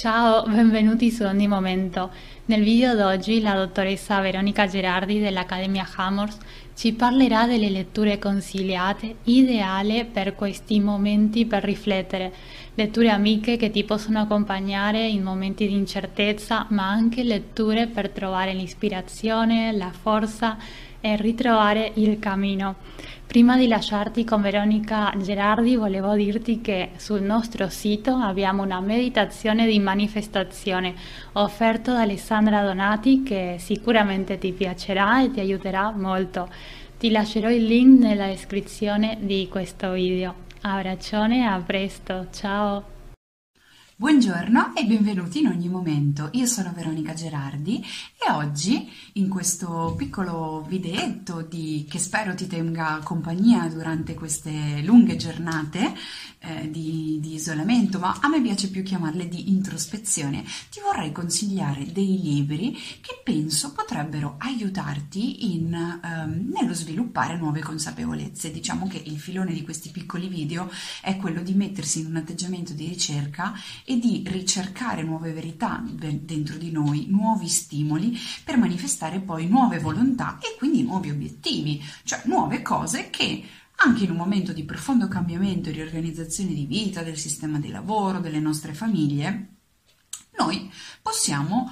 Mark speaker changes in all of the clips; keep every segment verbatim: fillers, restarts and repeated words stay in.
Speaker 1: Ciao, benvenuti su Ogni Momento. Nel video d'oggi la dottoressa Veronica Gerardi dell'Accademia Hammers ci parlerà delle letture consigliate, ideali per questi momenti per riflettere. Letture amiche che ti possono accompagnare in momenti di incertezza, ma anche letture per trovare l'ispirazione, la forza e ritrovare il cammino. Prima di lasciarti con Veronica Gerardi, volevo dirti che sul nostro sito abbiamo una meditazione di manifestazione offerto da Alessandra Donati che sicuramente ti piacerà e ti aiuterà molto. Ti lascerò il link nella descrizione di questo video. Abbraccione e a presto, ciao!
Speaker 2: Buongiorno e benvenuti in Ogni Momento. Io sono Veronica Gerardi e oggi in questo piccolo videetto di, che spero ti tenga compagnia durante queste lunghe giornate eh, di, di isolamento, ma a me piace più chiamarle di introspezione, ti vorrei consigliare dei libri che penso potrebbero aiutarti in, ehm, nello sviluppare nuove consapevolezze. Diciamo che il filone di questi piccoli video è quello di mettersi in un atteggiamento di ricerca e di ricercare nuove verità dentro di noi, nuovi stimoli per manifestare poi nuove volontà e quindi nuovi obiettivi, cioè nuove cose che anche in un momento di profondo cambiamento e riorganizzazione di vita, del sistema di lavoro, delle nostre famiglie, noi possiamo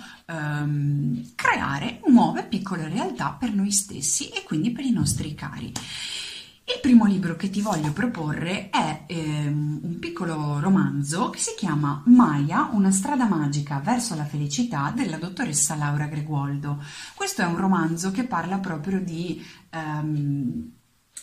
Speaker 2: ehm, creare nuove piccole realtà per noi stessi e quindi per i nostri cari. Il primo libro che ti voglio proporre è ehm, un piccolo romanzo che si chiama Maya, una strada magica verso la felicità della dottoressa Laura Greguoldo. Questo è un romanzo che parla proprio di... ehm,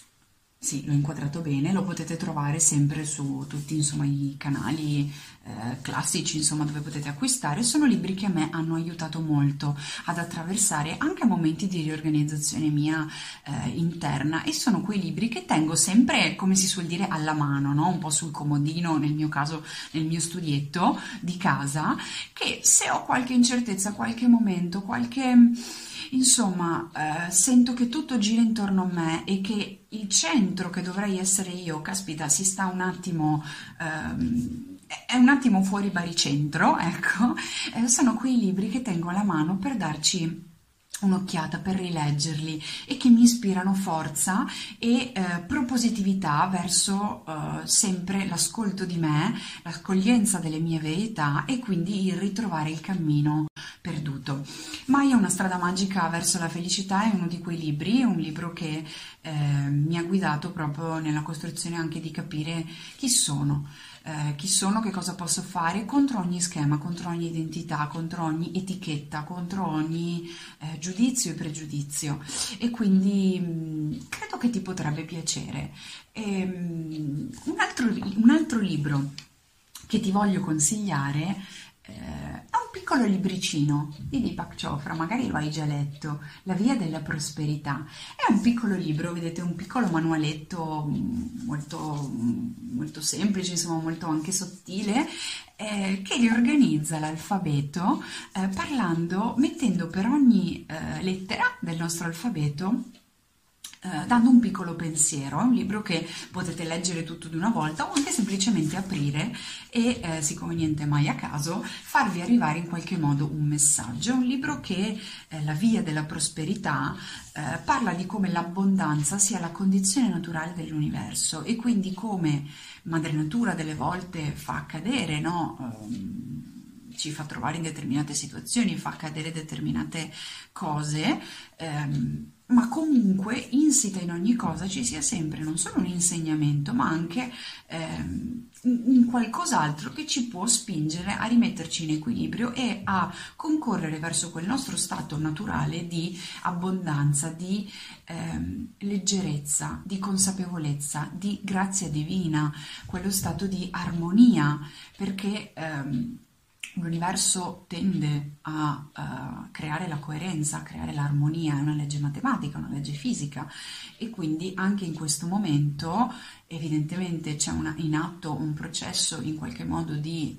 Speaker 2: sì, l'ho inquadrato bene, lo potete trovare sempre su tutti insomma, i canali eh, classici insomma, dove potete acquistare. Sono libri che a me hanno aiutato molto ad attraversare anche momenti di riorganizzazione mia eh, interna e sono quei libri che tengo sempre, come si suol dire, alla mano, no? Un po' sul comodino, nel mio caso nel mio studietto di casa, che se ho qualche incertezza, qualche momento, qualche... Insomma, eh, sento che tutto gira intorno a me e che il centro che dovrei essere io, caspita, si sta un attimo, ehm, è un attimo fuori baricentro, ecco, eh, sono quei libri che tengo alla mano per darci un'occhiata, per rileggerli e che mi ispirano forza e eh, propositività verso eh, sempre l'ascolto di me, l'accoglienza delle mie verità e quindi il ritrovare il cammino perduto. Maya, una strada magica verso la felicità è uno di quei libri, è un libro che eh, mi ha guidato proprio nella costruzione anche di capire chi sono. Eh, chi sono, che cosa posso fare contro ogni schema, contro ogni identità, contro ogni etichetta, contro ogni eh, giudizio e pregiudizio e quindi mh, credo che ti potrebbe piacere. E, mh, un altro, un altro libro che ti voglio consigliare eh, è un piccolo libricino di Deepak Chopra, magari lo hai già letto, La via della prosperità. È un piccolo libro, vedete, un piccolo manualetto molto, molto semplice, insomma molto anche sottile, eh, che riorganizza l'alfabeto eh, parlando, mettendo per ogni eh, lettera del nostro alfabeto Uh, dando un piccolo pensiero. È un libro che potete leggere tutto di una volta o anche semplicemente aprire e, eh, siccome niente è mai a caso, farvi arrivare in qualche modo un messaggio. È un libro che, eh, La via della prosperità, eh, parla di come l'abbondanza sia la condizione naturale dell'universo e quindi come Madre Natura delle volte fa accadere, no? Um, ci fa trovare in determinate situazioni, fa accadere determinate cose, ehm, ma comunque insita in ogni cosa ci sia sempre non solo un insegnamento, ma anche ehm, un qualcos'altro che ci può spingere a rimetterci in equilibrio e a concorrere verso quel nostro stato naturale di abbondanza, di ehm, leggerezza, di consapevolezza, di grazia divina, quello stato di armonia, perché ehm, l'universo tende a uh, creare la coerenza, a creare l'armonia, è una legge matematica, una legge fisica e quindi anche in questo momento evidentemente c'è in atto un processo in qualche modo di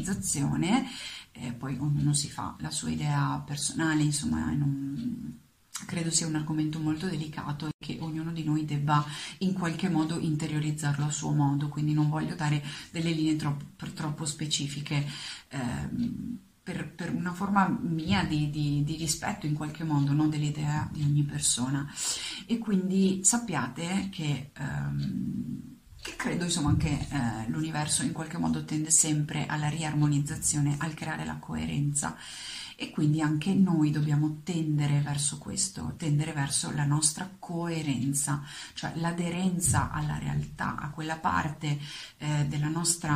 Speaker 2: riarmonizzazione, eh, poi ognuno si fa la sua idea personale, insomma non, credo sia un argomento molto delicato e che ognuno di noi debba in qualche modo interiorizzarlo a suo modo, quindi non voglio dare delle linee troppo, per troppo specifiche, ehm, per, per una forma mia di, di, di rispetto in qualche modo, no, dell'idea di ogni persona. E quindi sappiate che... ehm, che credo insomma che eh, l'universo in qualche modo tende sempre alla riarmonizzazione, al creare la coerenza, e quindi anche noi dobbiamo tendere verso questo, tendere verso la nostra coerenza, cioè l'aderenza alla realtà, a quella parte eh, della nostra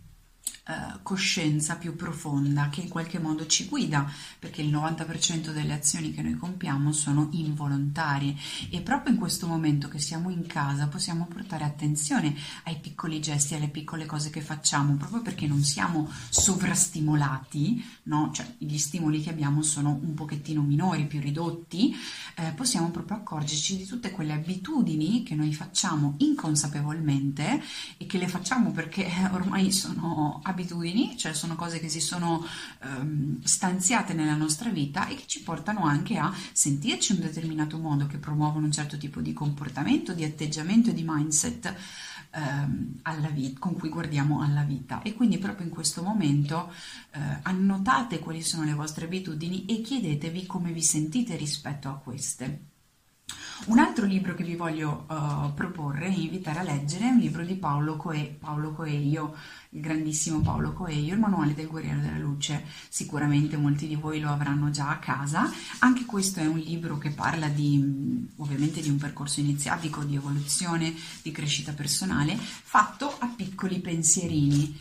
Speaker 2: eh, coscienza più profonda che in qualche modo ci guida, perché il novanta per cento delle azioni che noi compiamo sono involontarie, e proprio in questo momento che siamo in casa possiamo portare attenzione ai piccoli gesti, alle piccole cose che facciamo, proprio perché non siamo sovrastimolati, no? Cioè gli stimoli che abbiamo sono un pochettino minori, più ridotti, eh, possiamo proprio accorgerci di tutte quelle abitudini che noi facciamo inconsapevolmente e che le facciamo perché ormai sono abitudini, cioè sono cose che si sono ehm, stanziate nella nostra vita e che ci portano anche a sentirci in un determinato modo, che promuovono un certo tipo di comportamento, di atteggiamento e di mindset ehm, alla vita, con cui guardiamo alla vita. E quindi proprio in questo momento eh, annotate quali sono le vostre abitudini e chiedetevi come vi sentite rispetto a queste. Un altro libro che vi voglio uh, proporre e invitare a leggere è un libro di Paolo, Coe- Paolo Coelho, il grandissimo Paolo Coelho, Il manuale del guerriero della luce. Sicuramente molti di voi lo avranno già a casa. Anche questo è un libro che parla di, ovviamente, di un percorso iniziatico, di evoluzione, di crescita personale, fatto a piccoli pensierini.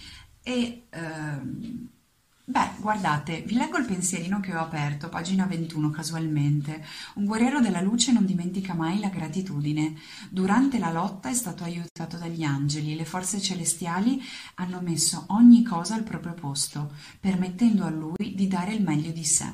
Speaker 2: E uh, Beh, guardate, vi leggo il pensierino che ho aperto, pagina ventuno, casualmente. Un guerriero della luce non dimentica mai la gratitudine. Durante la lotta è stato aiutato dagli angeli e le forze celestiali hanno messo ogni cosa al proprio posto, permettendo a lui di dare il meglio di sé.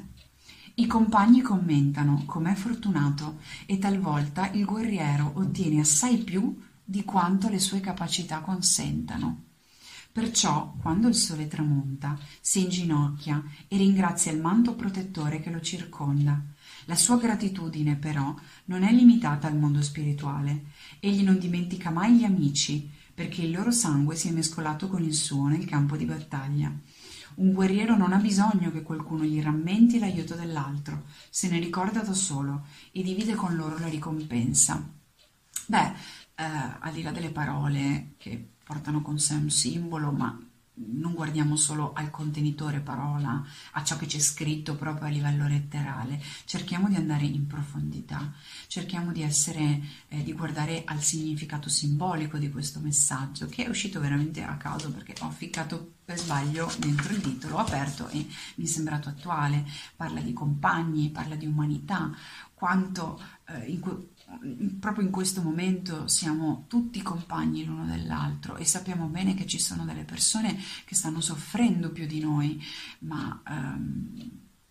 Speaker 2: I compagni commentano com'è fortunato e talvolta il guerriero ottiene assai più di quanto le sue capacità consentano. Perciò, quando il sole tramonta, si inginocchia e ringrazia il manto protettore che lo circonda. La sua gratitudine, però, non è limitata al mondo spirituale. Egli non dimentica mai gli amici, perché il loro sangue si è mescolato con il suo nel campo di battaglia. Un guerriero non ha bisogno che qualcuno gli rammenti l'aiuto dell'altro, se ne ricorda da solo e divide con loro la ricompensa. Beh, eh, al di là delle parole che portano con sé un simbolo, ma non guardiamo solo al contenitore parola, a ciò che c'è scritto proprio a livello letterale, cerchiamo di andare in profondità, cerchiamo di essere, eh, di guardare al significato simbolico di questo messaggio, che è uscito veramente a caso perché ho ficcato per sbaglio dentro il dito, l'ho aperto e mi è sembrato attuale. Parla di compagni, parla di umanità, quanto eh, in que- proprio in questo momento siamo tutti compagni l'uno dell'altro e sappiamo bene che ci sono delle persone che stanno soffrendo più di noi, ma ehm,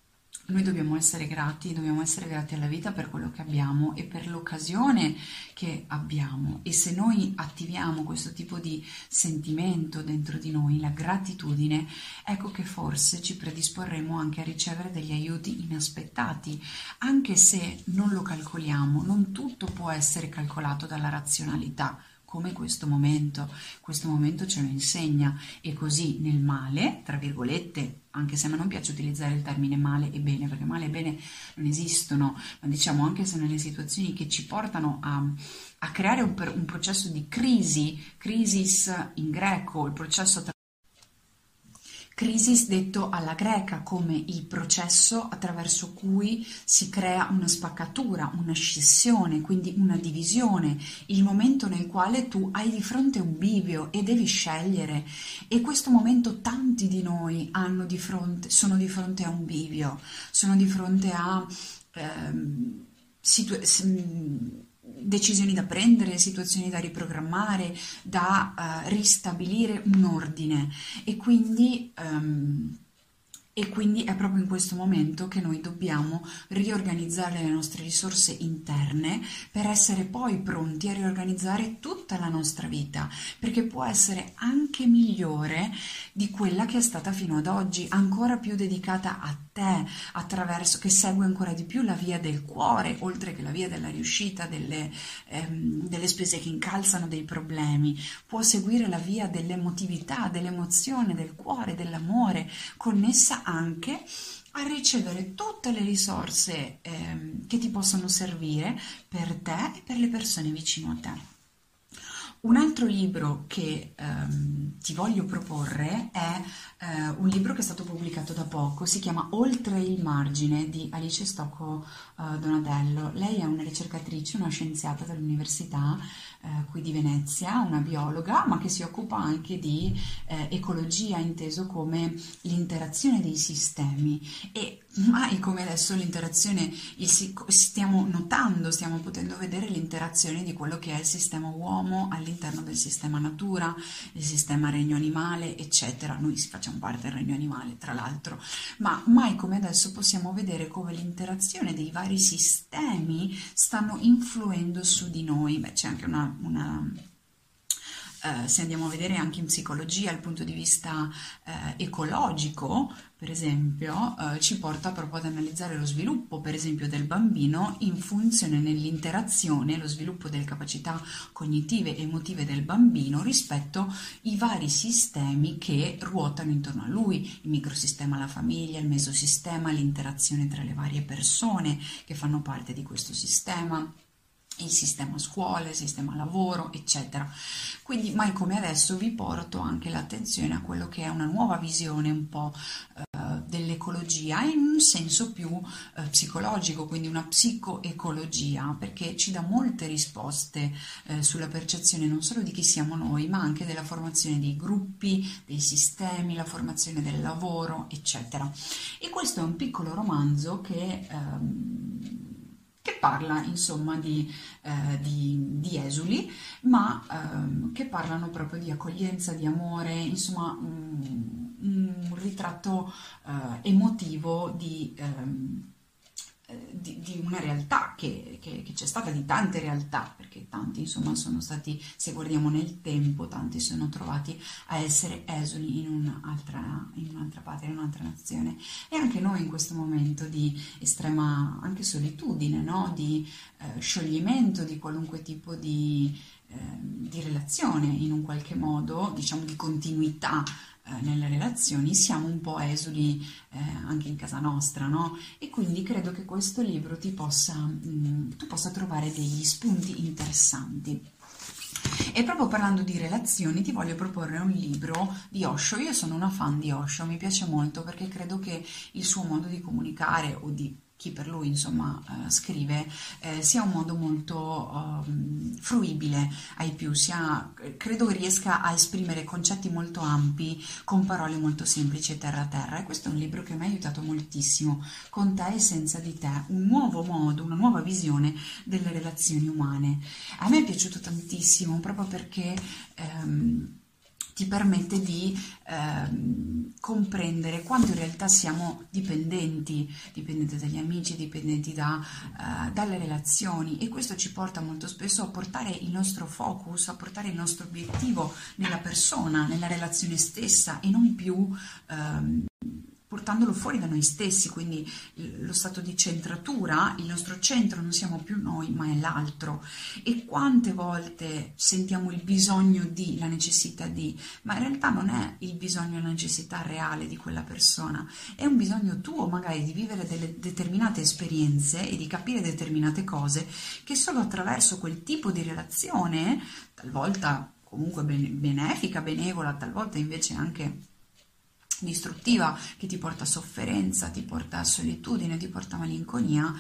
Speaker 2: noi dobbiamo essere grati, dobbiamo essere grati alla vita per quello che abbiamo e per l'occasione che abbiamo. E se noi attiviamo questo tipo di sentimento dentro di noi, la gratitudine, ecco che forse ci predisporremo anche a ricevere degli aiuti inaspettati, anche se non lo calcoliamo. Non tutto può essere calcolato dalla razionalità, come questo momento, questo momento ce lo insegna. E così nel male, tra virgolette, anche se a me non piace utilizzare il termine male e bene, perché male e bene non esistono, ma diciamo anche se nelle situazioni che ci portano a, a creare un, un processo di crisi, crisis in greco, il processo tra Crisis detto alla greca come il processo attraverso cui si crea una spaccatura, una scissione, quindi una divisione, il momento nel quale tu hai di fronte un bivio e devi scegliere. E questo momento tanti di noi hanno di fronte, sono di fronte a un bivio, sono di fronte a ehm, situazioni, decisioni da prendere, situazioni da riprogrammare, da uh, ristabilire un ordine, e quindi, um, e quindi è proprio in questo momento che noi dobbiamo riorganizzare le nostre risorse interne per essere poi pronti a riorganizzare tutta la nostra vita, perché può essere anche migliore di quella che è stata fino ad oggi, ancora più dedicata a te, attraverso, che segue ancora di più la via del cuore, oltre che la via della riuscita, delle, ehm, delle spese che incalzano, dei problemi. Può seguire la via dell'emotività, dell'emozione, del cuore, dell'amore, connessa anche a ricevere tutte le risorse ehm, che ti possono servire per te e per le persone vicino a te. Un altro libro che ehm, ti voglio proporre è eh, un libro che è stato pubblicato da poco, si chiama Oltre il margine di Alice Stocco eh, Donadello. Lei è una ricercatrice, una scienziata dell'università eh, qui di Venezia, una biologa, ma che si occupa anche di eh, ecologia, inteso come l'interazione dei sistemi. E mai come adesso l'interazione, il, stiamo notando, stiamo potendo vedere l'interazione di quello che è il sistema uomo all'interno del sistema natura, il sistema regno animale, eccetera. Noi facciamo parte del regno animale, tra l'altro, ma mai come adesso possiamo vedere come l'interazione dei vari sistemi stanno influendo su di noi. Beh, c'è anche una, una Uh, se andiamo a vedere anche in psicologia, dal punto di vista uh, ecologico, per esempio, uh, ci porta proprio ad analizzare lo sviluppo, per esempio, del bambino in funzione nell'interazione, lo sviluppo delle capacità cognitive e emotive del bambino rispetto ai vari sistemi che ruotano intorno a lui, il microsistema, la famiglia, il mesosistema, l'interazione tra le varie persone che fanno parte di questo sistema, il sistema scuola, il sistema lavoro, eccetera. Quindi mai come adesso vi porto anche l'attenzione a quello che è una nuova visione un po' eh, dell'ecologia in un senso più eh, psicologico, quindi una psicoecologia, perché ci dà molte risposte eh, sulla percezione non solo di chi siamo noi, ma anche della formazione dei gruppi, dei sistemi, la formazione del lavoro, eccetera. E questo è un piccolo romanzo che ehm, che parla insomma di, eh, di, di esuli, ma ehm, che parlano proprio di accoglienza, di amore, insomma un, un ritratto eh, emotivo di, ehm, di, di una realtà che, che, che c'è stata, di tante realtà, perché tanti insomma sono stati, se guardiamo nel tempo, tanti sono trovati a essere esuli in un'altra, in un'altra patria, in un'altra nazione. E anche noi in questo momento di estrema anche solitudine, no? Di eh, scioglimento di qualunque tipo di, eh, di relazione, in un qualche modo, diciamo di continuità nelle relazioni, siamo un po' esuli eh, anche in casa nostra, no? E quindi credo che questo libro ti possa, mh, tu possa trovare degli spunti interessanti. E proprio parlando di relazioni ti voglio proporre un libro di Osho. Io sono una fan di Osho, mi piace molto perché credo che il suo modo di comunicare, o di chi per lui insomma eh, scrive, eh, sia un modo molto eh, fruibile ai più, sia, credo riesca a esprimere concetti molto ampi con parole molto semplici e terra a terra, e questo è un libro che mi ha aiutato moltissimo, Con te e senza di te, un nuovo modo, una nuova visione delle relazioni umane. A me è piaciuto tantissimo proprio perché ehm, ti permette di ehm, comprendere quanto in realtà siamo dipendenti, dipendenti dagli amici, dipendenti da, eh, dalle relazioni, e questo ci porta molto spesso a portare il nostro focus, a portare il nostro obiettivo nella persona, nella relazione stessa, e non più ehm, portandolo fuori da noi stessi, quindi lo stato di centratura, il nostro centro non siamo più noi, ma è l'altro. E quante volte sentiamo il bisogno di, la necessità di, ma in realtà non è il bisogno e la necessità reale di quella persona, è un bisogno tuo magari di vivere delle determinate esperienze e di capire determinate cose che solo attraverso quel tipo di relazione, talvolta comunque benefica, benevola, talvolta invece anche distruttiva, che ti porta a sofferenza, ti porta a solitudine, ti porta a malinconia,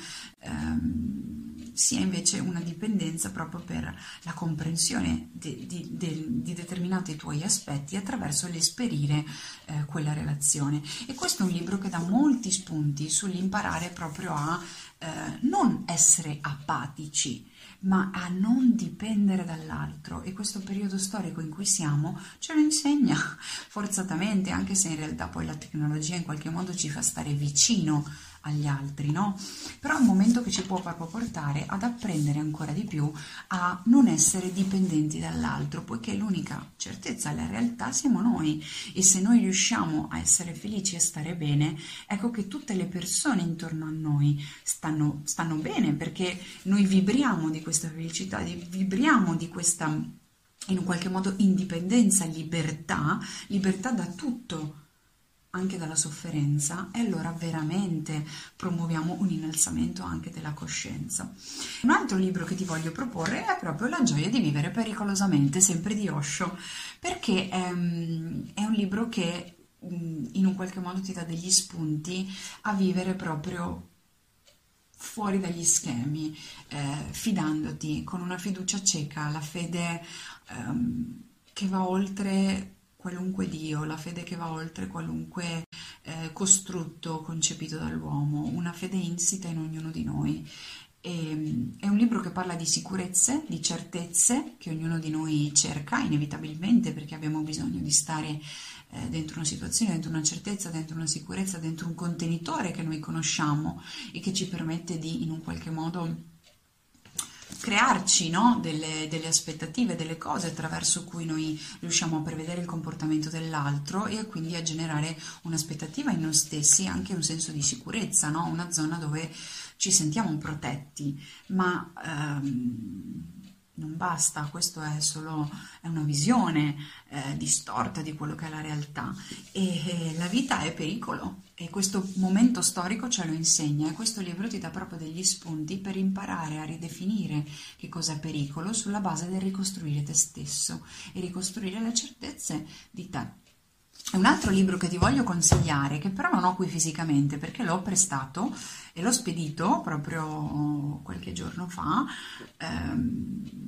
Speaker 2: ehm, sia invece una dipendenza proprio per la comprensione di, di, di, di determinati tuoi aspetti attraverso l'esperire eh, quella relazione. E questo è un libro che dà molti spunti sull'imparare proprio a eh, non essere apatici, ma a non dipendere dall'altro, e questo periodo storico in cui siamo ce lo insegna forzatamente, anche se in realtà poi la tecnologia in qualche modo ci fa stare vicino agli altri, no? Però è un momento che ci può proprio portare ad apprendere ancora di più a non essere dipendenti dall'altro, poiché l'unica certezza, la realtà siamo noi, e se noi riusciamo a essere felici e stare bene, ecco che tutte le persone intorno a noi stanno, stanno bene, perché noi vibriamo di questa felicità, di- vibriamo di questa, in un qualche modo, indipendenza, libertà, libertà da tutto, anche dalla sofferenza, e allora veramente promuoviamo un innalzamento anche della coscienza. Un altro libro che ti voglio proporre è proprio La gioia di vivere pericolosamente, sempre di Osho, perché ehm, è un libro che mh, in un qualche modo ti dà degli spunti a vivere proprio fuori dagli schemi, eh, fidandoti con una fiducia cieca, la fede ehm, che va oltre qualunque Dio, la fede che va oltre qualunque eh, costrutto concepito dall'uomo, una fede insita in ognuno di noi. E, è un libro che parla di sicurezze, di certezze che ognuno di noi cerca inevitabilmente, perché abbiamo bisogno di stare eh, dentro una situazione, dentro una certezza, dentro una sicurezza, dentro un contenitore che noi conosciamo e che ci permette di in un qualche modo crearci, no? delle, delle aspettative, delle cose attraverso cui noi riusciamo a prevedere il comportamento dell'altro e quindi a generare un'aspettativa in noi stessi, anche un senso di sicurezza, no? Una zona dove ci sentiamo protetti, ma ehm, non basta, questo è solo è una visione eh, distorta di quello che è la realtà, e, e la vita è pericolo. E questo momento storico ce lo insegna, e questo libro ti dà proprio degli spunti per imparare a ridefinire che cosa è pericolo sulla base del ricostruire te stesso e ricostruire le certezze di te. Un altro libro che ti voglio consigliare, che però non ho qui fisicamente perché l'ho prestato e l'ho spedito proprio qualche giorno fa, ehm,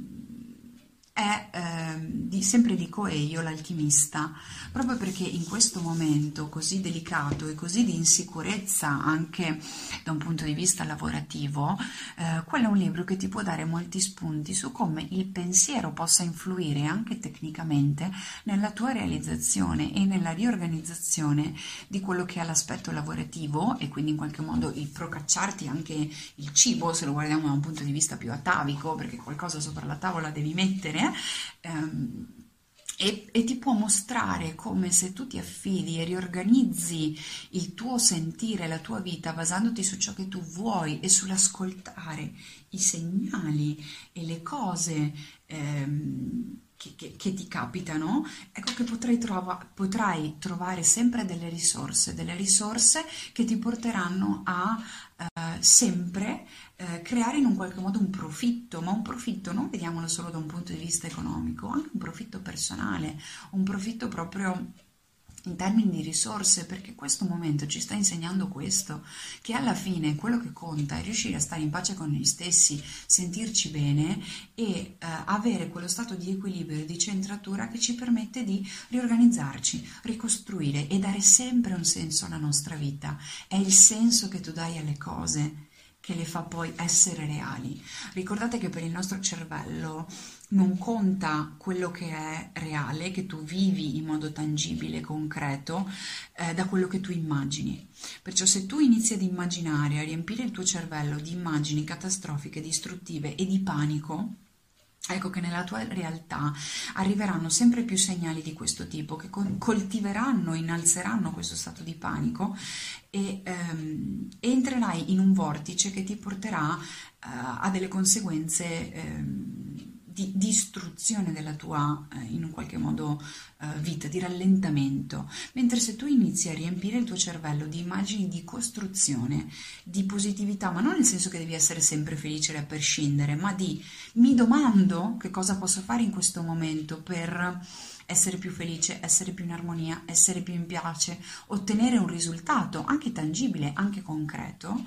Speaker 2: è ehm, di, sempre di Coelho, L'alchimista, proprio perché in questo momento così delicato e così di insicurezza anche da un punto di vista lavorativo, eh, quello è un libro che ti può dare molti spunti su come il pensiero possa influire anche tecnicamente nella tua realizzazione e nella riorganizzazione di quello che è l'aspetto lavorativo, e quindi in qualche modo il procacciarti anche il cibo, se lo guardiamo da un punto di vista più atavico, perché qualcosa sopra la tavola devi mettere. Ehm, e, e ti può mostrare come, se tu ti affidi e riorganizzi il tuo sentire, la tua vita basandoti su ciò che tu vuoi e sull'ascoltare i segnali e le cose ehm, che, che, che ti capitano, ecco che potrai, trova, potrai trovare sempre delle risorse, delle risorse che ti porteranno a eh, sempre eh, creare in un qualche modo un profitto, ma un profitto non vediamolo solo da un punto di vista economico, anche un profitto personale, un profitto proprio in termini di risorse, perché questo momento ci sta insegnando questo, che alla fine quello che conta è riuscire a stare in pace con noi stessi, sentirci bene e eh, avere quello stato di equilibrio e di centratura che ci permette di riorganizzarci, ricostruire e dare sempre un senso alla nostra vita. È il senso che tu dai alle cose che le fa poi essere reali. Ricordate che per il nostro cervello non conta quello che è reale, che tu vivi in modo tangibile, concreto, eh, da quello che tu immagini. Perciò se tu inizi ad immaginare, a riempire il tuo cervello di immagini catastrofiche, distruttive e di panico, ecco che nella tua realtà arriveranno sempre più segnali di questo tipo che coltiveranno, innalzeranno questo stato di panico e ehm, entrerai in un vortice che ti porterà eh, a delle conseguenze ehm, di distruzione della tua, eh, in un qualche modo, eh, vita, di rallentamento. Mentre se tu inizi a riempire il tuo cervello di immagini di costruzione, di positività, ma non nel senso che devi essere sempre felice a prescindere, ma di mi domando che cosa posso fare in questo momento per essere più felice, essere più in armonia, essere più in pace, ottenere un risultato anche tangibile, anche concreto,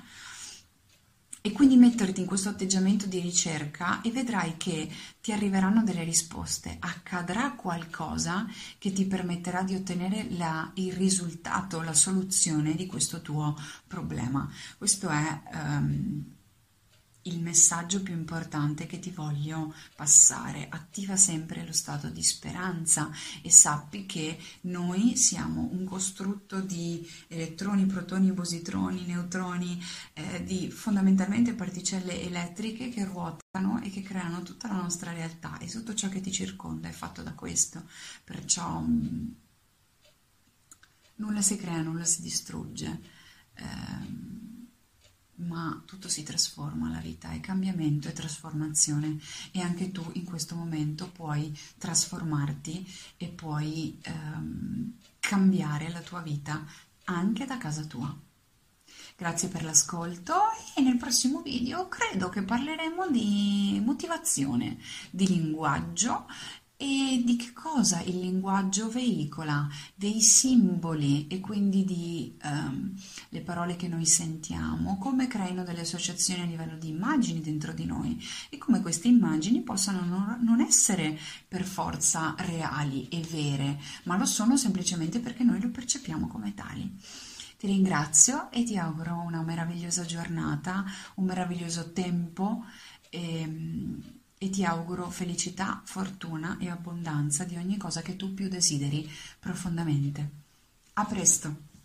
Speaker 2: e quindi metterti in questo atteggiamento di ricerca e vedrai che ti arriveranno delle risposte, accadrà qualcosa che ti permetterà di ottenere la, il risultato, la soluzione di questo tuo problema. Questo è um, il messaggio più importante che ti voglio passare: attiva sempre lo stato di speranza e sappi che noi siamo un costrutto di elettroni, protoni, positroni, neutroni, eh, di fondamentalmente particelle elettriche che ruotano e che creano tutta la nostra realtà, e tutto ciò che ti circonda è fatto da questo. Perciò mh, nulla si crea, nulla si distrugge. Ehm, ma tutto si trasforma, la vita è cambiamento e trasformazione, e anche tu in questo momento puoi trasformarti e puoi ehm, cambiare la tua vita anche da casa tua. Grazie per l'ascolto, e nel prossimo video credo che parleremo di motivazione, di linguaggio e di che cosa il linguaggio veicola, dei simboli, e quindi di ehm, le parole che noi sentiamo, come creino delle associazioni a livello di immagini dentro di noi, e come queste immagini possano non, non essere per forza reali e vere, ma lo sono semplicemente perché noi lo percepiamo come tali. Ti ringrazio e ti auguro una meravigliosa giornata, un meraviglioso tempo, e, e ti auguro felicità, fortuna e abbondanza di ogni cosa che tu più desideri profondamente. A presto!